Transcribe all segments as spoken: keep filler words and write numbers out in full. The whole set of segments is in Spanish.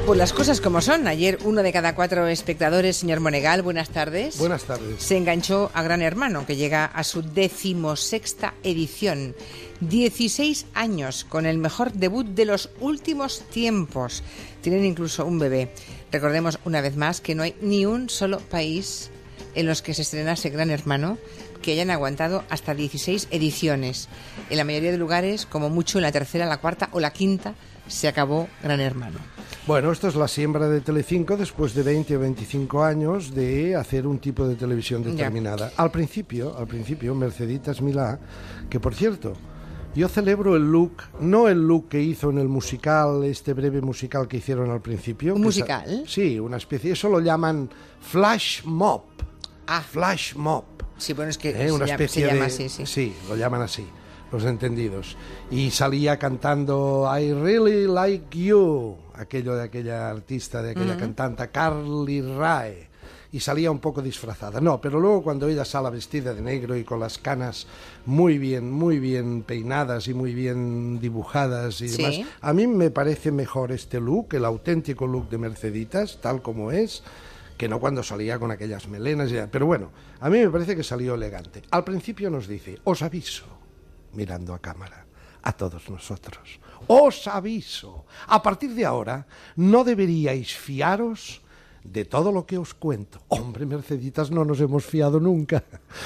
Pues las cosas como son. Ayer uno de cada cuatro espectadores, señor Monegal, buenas tardes. Buenas tardes. Se enganchó a Gran Hermano, que llega a su decimosexta edición. dieciséis años, con el mejor debut de los últimos tiempos. Tienen incluso un bebé. Recordemos una vez más que no hay ni un solo país en los que se estrenase Gran Hermano que hayan aguantado hasta dieciséis ediciones. En la mayoría de lugares, como mucho en la tercera, la cuarta o la quinta, se acabó Gran Hermano. Bueno, esto es la siembra de Telecinco después de veinte o veinticinco años de hacer un tipo de televisión determinada. Ya. Al principio, al principio, Merceditas Milá, que por cierto, yo celebro el look, no el look que hizo en el musical, este breve musical que hicieron al principio. ¿Un musical? Esa, sí, una especie, eso lo llaman flash mob. Ah. Flash mob. Sí, bueno, es que ¿Eh? Una se, especie se llama de, así, sí. Sí, lo llaman así, los entendidos. Y salía cantando I really like you, aquello de aquella artista, de aquella uh-huh. cantante, Carly Rae. Y salía un poco disfrazada. No, pero luego cuando ella sale vestida de negro y con las canas muy bien, muy bien peinadas y muy bien dibujadas y demás, sí. A mí me parece mejor este look, el auténtico look de Merceditas, tal como es, que no cuando salía con aquellas melenas. Pero bueno, a mí me parece que salió elegante. Al principio nos dice, os aviso, mirando a cámara, a todos nosotros, os aviso, a partir de ahora no deberíais fiaros de todo lo que os cuento. Hombre, Merceditas, no nos hemos fiado nunca.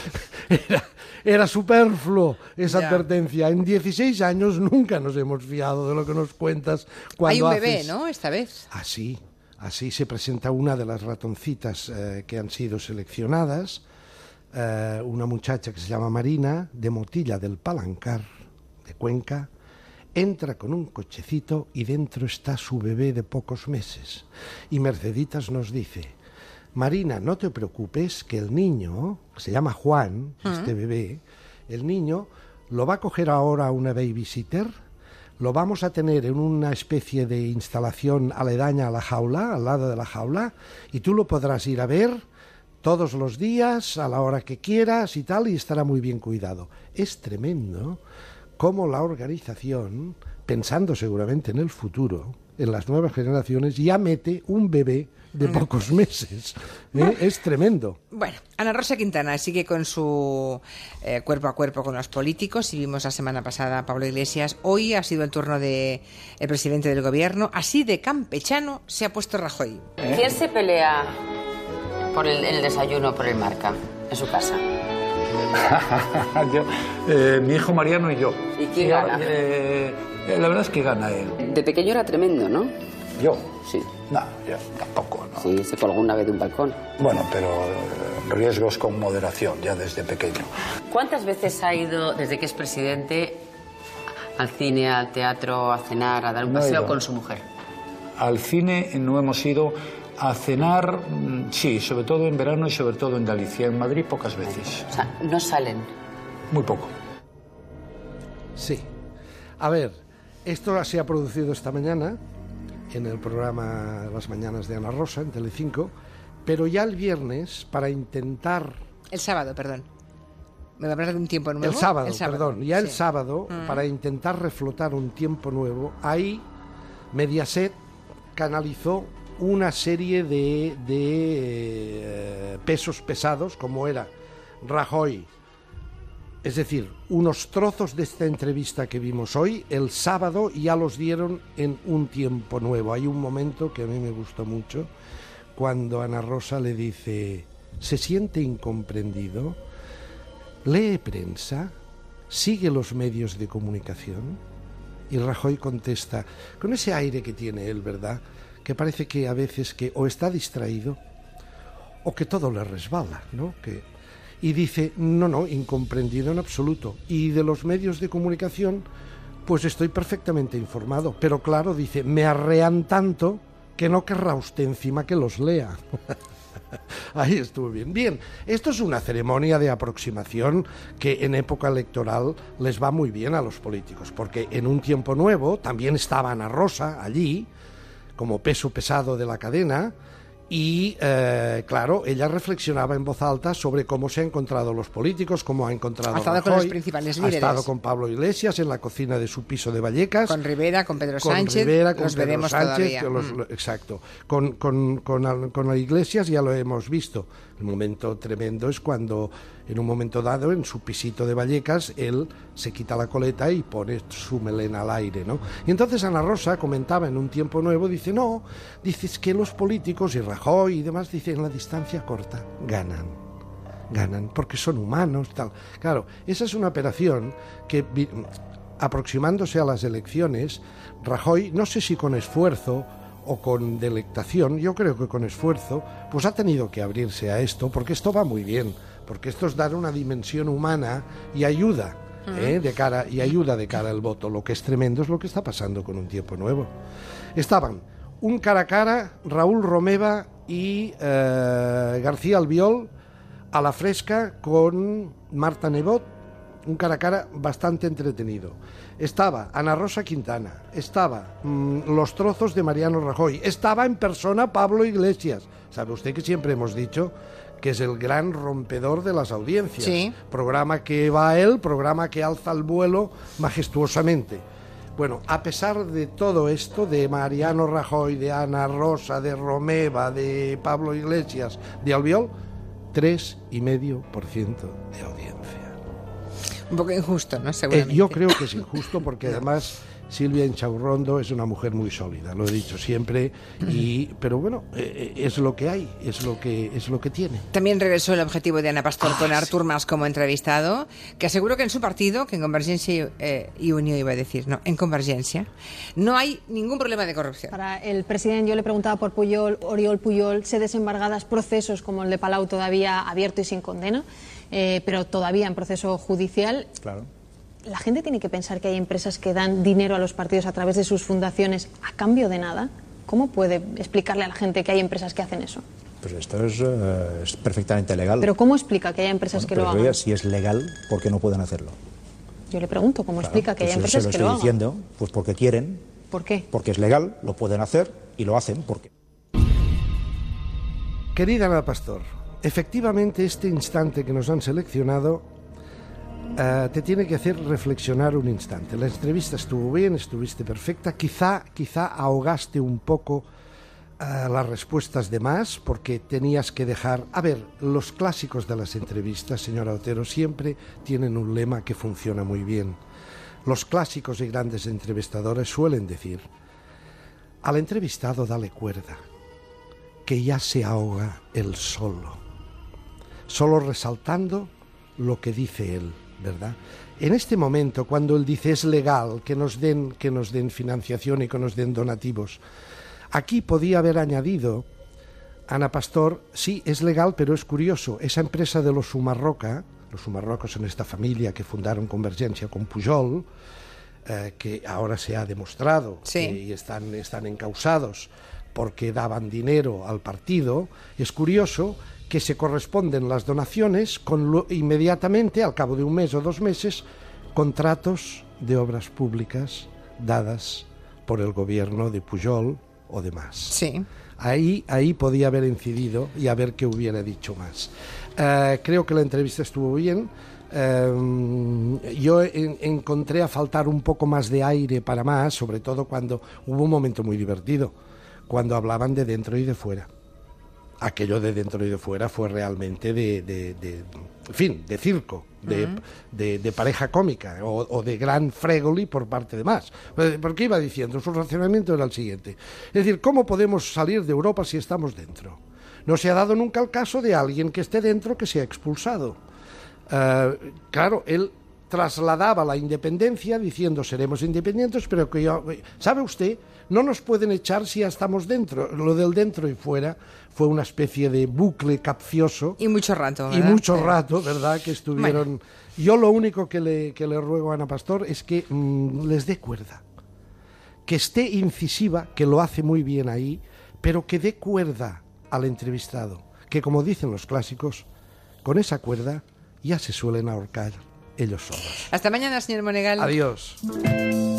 Era, era superfluo esa ya. advertencia. En dieciséis años nunca nos hemos fiado de lo que nos cuentas. Cuando Hay un haces... bebé, ¿no? Esta vez. Así. Así se presenta una de las ratoncitas eh, que han sido seleccionadas, eh, una muchacha que se llama Marina, de Motilla del Palancar, de Cuenca, entra con un cochecito y dentro está su bebé de pocos meses. Y Merceditas nos dice, Marina, no te preocupes, que el niño, que se llama Juan, uh-huh. este bebé, el niño lo va a coger ahora una babysitter. Lo vamos a tener en una especie de instalación aledaña a la jaula, al lado de la jaula, y tú lo podrás ir a ver todos los días, a la hora que quieras y tal, y estará muy bien cuidado. Es tremendo cómo la organización, pensando seguramente en el futuro, en las nuevas generaciones, ya mete un bebé de pocos meses. ¿Eh? Es tremendo. Bueno, Ana Rosa Quintana sigue con su eh, cuerpo a cuerpo con los políticos y vimos la semana pasada a Pablo Iglesias. Hoy ha sido el turno del de presidente del gobierno. Así de campechano se ha puesto Rajoy. ¿Quién se pelea por el, el desayuno por el Marca en su casa? yo, eh, mi hijo Mariano y yo. ¿Y quién gana? Eh, eh, la verdad es que gana él. De pequeño era tremendo, ¿no? ¿Yo? Sí. No, yo tampoco, ¿no? Sí, se colgó una vez de un balcón. Bueno, pero eh, riesgos con moderación, ya desde pequeño. ¿Cuántas veces ha ido, desde que es presidente, al cine, al teatro, a cenar, a dar un no paseo con su mujer? Al cine no hemos ido. A cenar, sí, sobre todo en verano y sobre todo en Galicia. En Madrid pocas veces. O sea, no salen. Muy poco. Sí. A ver, esto se ha producido esta mañana en el programa Las Mañanas de Ana Rosa, en Telecinco, pero ya el viernes, para intentar... El sábado, perdón. ¿Me va a hablar de un tiempo nuevo? El sábado, el sábado. perdón. Ya sí. el sábado, mm. para intentar reflotar un tiempo nuevo, ahí Mediaset canalizó una serie de, de eh, pesos pesados, como era Rajoy. Es decir, unos trozos de esta entrevista que vimos hoy, el sábado ya los dieron en un tiempo nuevo. Hay un momento que a mí me gustó mucho, cuando Ana Rosa le dice, ¿se siente incomprendido? ¿Lee prensa? ¿Sigue los medios de comunicación? Y Rajoy contesta, con ese aire que tiene él, ¿verdad?, que parece que a veces que o está distraído o que todo le resbala, ¿no? Que, y dice, no, no, incomprendido en absoluto. Y de los medios de comunicación, pues estoy perfectamente informado. Pero claro, dice, me arrean tanto que no querrá usted encima que los lea. Ahí estuvo bien. Bien, esto es una ceremonia de aproximación que en época electoral les va muy bien a los políticos, porque en un tiempo nuevo también estaba Ana Rosa allí, como peso pesado de la cadena, Y, eh, claro, ella reflexionaba en voz alta sobre cómo se han encontrado los políticos, cómo ha encontrado Ha estado Rajoy, con los principales líderes. Ha estado con Pablo Iglesias en la cocina de su piso de Vallecas. Con Rivera, con Pedro con Sánchez. Rivera, con los Pedro veremos Sánchez, todavía. que los- Mm. Exacto. Con, con, con, con la Iglesias ya lo hemos visto. El momento tremendo es cuando, en un momento dado, en su pisito de Vallecas, él se quita la coleta y pone su melena al aire, ¿no? Y entonces Ana Rosa comentaba en Un Tiempo Nuevo, dice, no, dices que los políticos y Rajoy y demás, dice, en la distancia corta ganan. Ganan, porque son humanos, tal. Claro, esa es una operación que, vi- aproximándose a las elecciones, Rajoy, no sé si con esfuerzo o con delectación, yo creo que con esfuerzo, pues ha tenido que abrirse a esto, porque esto va muy bien, porque esto es dar una dimensión humana y ayuda, ¿eh? de cara, y ayuda de cara al voto. Lo que es tremendo es lo que está pasando con Un Tiempo Nuevo. Estaban un cara a cara, Raúl Romeva y eh, García Albiol, a la fresca con Marta Nebot, un cara a cara bastante entretenido. Estaba Ana Rosa Quintana, estaba mmm, los trozos de Mariano Rajoy, estaba en persona Pablo Iglesias. ¿Sabe usted que siempre hemos dicho que es el gran rompedor de las audiencias? Sí. Programa que va a él, programa que alza el vuelo majestuosamente. Bueno, a pesar de todo esto, de Mariano Rajoy, de Ana Rosa, de Romeva, de Pablo Iglesias, de Albiol, tres y medio por ciento de audiencia. Un poco injusto, ¿no? Eh, Seguramente. yo creo que es injusto porque además Silvia Inchaurrondo es una mujer muy sólida, lo he dicho siempre, y pero bueno, eh, es lo que hay, es lo que es lo que tiene. También regresó el objetivo de Ana Pastor Ah, con sí. Artur Mas como entrevistado, que aseguró que en su partido, que en Convergencia eh, y Unión iba a decir, no, en Convergencia, no hay ningún problema de corrupción. Para el presidente, yo le preguntaba por Puyol, Oriol Puyol, sedes embargadas, procesos como el de Palau todavía abierto y sin condena, eh, pero todavía en proceso judicial. Claro. ¿La gente tiene que pensar que hay empresas que dan dinero a los partidos a través de sus fundaciones a cambio de nada? ¿Cómo puede explicarle a la gente que hay empresas que hacen eso? Pues esto es, eh, es perfectamente legal. ¿Pero cómo explica que haya empresas Bueno, que pero lo hagan? oiga, si es legal, ¿por qué no pueden hacerlo? Yo le pregunto, ¿cómo Claro, explica que pues haya eso empresas se lo que estoy lo hagan? diciendo, pues porque quieren, ¿Por qué? porque es legal, lo pueden hacer y lo hacen porque... Querida Ana Pastor, efectivamente este instante que nos han seleccionado uh, te tiene que hacer reflexionar un instante. La entrevista estuvo bien, estuviste perfecta, quizá, quizá ahogaste un poco uh, las respuestas de más porque tenías que dejar... A ver, los clásicos de las entrevistas, señora Otero, siempre tienen un lema que funciona muy bien. Los clásicos y grandes entrevistadores suelen decir: al entrevistado dale cuerda, que ya se ahoga él solo, solo resaltando lo que dice él, ¿verdad? En este momento, cuando él dice es legal que nos den, que nos den financiación y que nos den donativos, aquí podía haber añadido Ana Pastor, sí, es legal, pero es curioso, esa empresa de los Sumarroca, los Sumarrocos en esta familia que fundaron Convergencia con Pujol, eh, que ahora se ha demostrado Sí. que y están, están encausados porque daban dinero al partido, es curioso que se corresponden las donaciones con lo, inmediatamente, al cabo de un mes o dos meses, contratos de obras públicas dadas por el gobierno de Pujol o demás. Sí. Ahí, ahí podía haber incidido y a ver qué hubiera dicho más. Eh, creo que la entrevista estuvo bien. Eh, yo en, encontré a faltar un poco más de aire para más, sobre todo cuando hubo un momento muy divertido, cuando hablaban de dentro y de fuera. Aquello de dentro y de fuera fue realmente de, de, de en fin, de circo, de, uh-huh. de, de pareja cómica o, o de gran fregoli por parte de más. Porque iba diciendo, su razonamiento era el siguiente. Es decir, ¿cómo podemos salir de Europa si estamos dentro? No se ha dado nunca el caso de alguien que esté dentro que sea expulsado. Uh, claro, él trasladaba la independencia diciendo seremos independientes, pero que yo, ¿sabe usted? No nos pueden echar si ya estamos dentro. Lo del dentro y fuera fue una especie de bucle capcioso. Y mucho rato, ¿verdad? Y mucho sí. rato, ¿verdad? Que estuvieron... Bueno. Yo lo único que le, que le ruego a Ana Pastor es que mmm, les dé cuerda. Que esté incisiva, que lo hace muy bien ahí, pero que dé cuerda al entrevistado. Que, como dicen los clásicos, con esa cuerda ya se suelen ahorcar ellos solos. Hasta mañana, señor Monegal. Adiós.